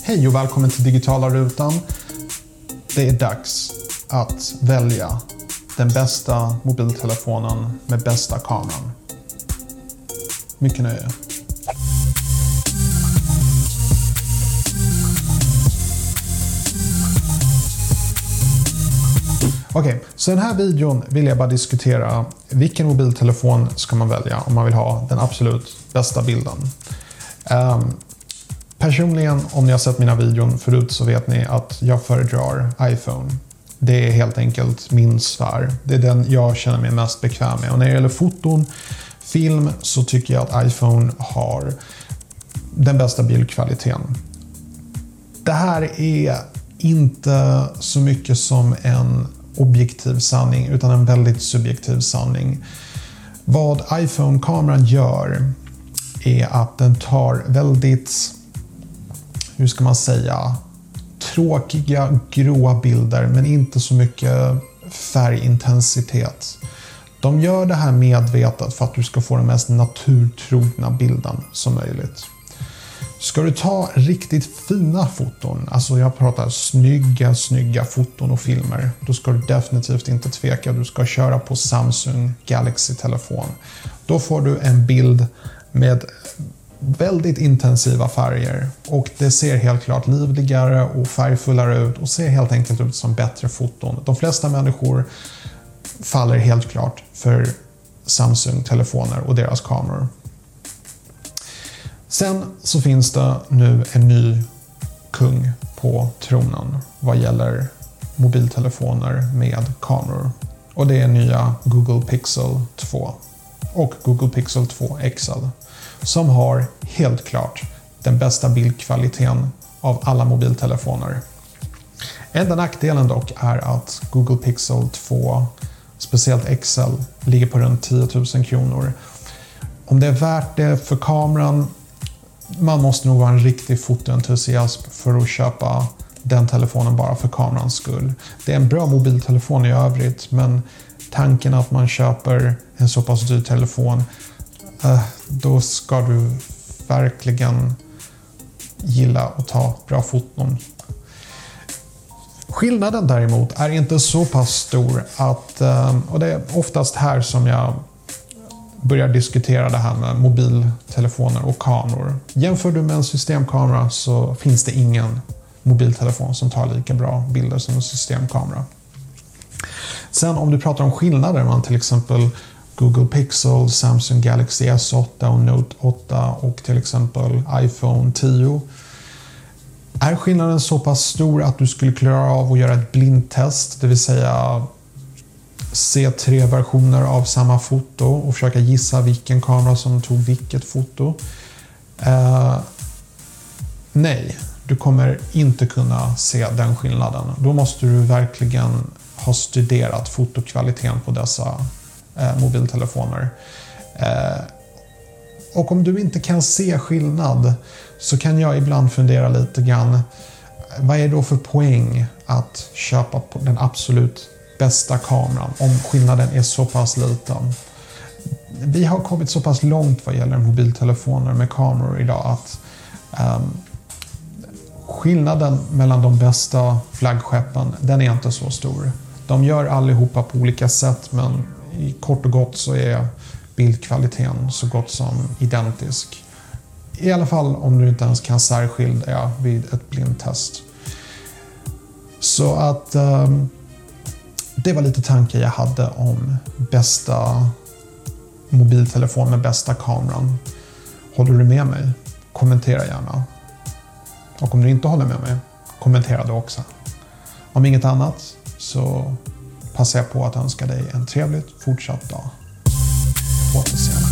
Hej och välkommen till Digitala rutan. Det är dags att välja den bästa mobiltelefonen med bästa kameran. Mycket nöje. Okej, så i den här videon vill jag bara diskutera vilken mobiltelefon ska man välja om man vill ha den absolut bästa bilden. Personligen, om ni har sett mina videon förut så vet ni att jag föredrar iPhone. Det är helt enkelt min sfär. Det är den jag känner mig mest bekväm med. Och när det gäller foton, film så tycker jag att iPhone har den bästa bildkvaliteten. Det här är inte så mycket som en objektiv sanning utan en väldigt subjektiv sanning. Vad iPhone-kameran gör är att den tar väldigt, hur ska man säga, tråkiga gråa bilder men inte så mycket färgintensitet. De gör det här medvetet för att du ska få den mest naturtrogna bilden som möjligt. Ska du ta riktigt fina foton, alltså jag pratar snygga foton och filmer, då ska du definitivt inte tveka. Du ska köra på Samsung Galaxy-telefon. Då får du en bild med väldigt intensiva färger och det ser helt klart livligare och färgfullare ut och ser helt enkelt ut som bättre foton. De flesta människor faller helt klart för Samsung-telefoner och deras kameror. Sen så finns det nu en ny kung på tronen vad gäller mobiltelefoner med kameror. Och det är nya Google Pixel 2 och Google Pixel 2 XL som har helt klart den bästa bildkvaliteten av alla mobiltelefoner. Enda nackdelen dock är att Google Pixel 2, speciellt XL, ligger på runt 10 000 kronor. Om det är värt det för kameran, man måste nog vara en riktig fotoentusiast för att köpa den telefonen bara för kamerans skull. Det är en bra mobiltelefon i övrigt, men tanken att man köper en så pass dyr telefon, då ska du verkligen gilla att ta bra foton. Skillnaden däremot är inte så pass stor att, och det är oftast här som jag börjar diskutera det här med mobiltelefoner och kameror. Jämför du med en systemkamera så finns det ingen mobiltelefon som tar lika bra bilder som en systemkamera. Sen om du pratar om skillnader mellan till exempel Google Pixel, Samsung Galaxy S8 och Note 8 och till exempel iPhone 10. Är skillnaden så pass stor att du skulle klara av att göra ett blindtest, det vill säga se 3 versioner av samma foto och försöka gissa vilken kamera som tog vilket foto? Nej, du kommer inte kunna se den skillnaden. Då måste du verkligen ha studerat fotokvaliteten på dessa mobiltelefoner. Och om du inte kan se skillnad så kan jag ibland fundera lite grann, vad är det då för poäng att köpa på den absolut bästa kameran om skillnaden är så pass liten? Vi har kommit så pass långt vad gäller mobiltelefoner med kameror idag att skillnaden mellan de bästa flaggskeppen, den är inte så stor. De gör allihopa på olika sätt, men i kort och gott så är bildkvaliteten så gott som identisk. I alla fall om du inte ens kan särskilja vid ett blindtest. Så att det var lite tankar jag hade om bästa mobiltelefon med bästa kameran. Håller du med mig? Kommentera gärna. Och om du inte håller med mig, kommentera det också. Om inget annat så passar jag på att önska dig en trevligt fortsatt dag. På återseende.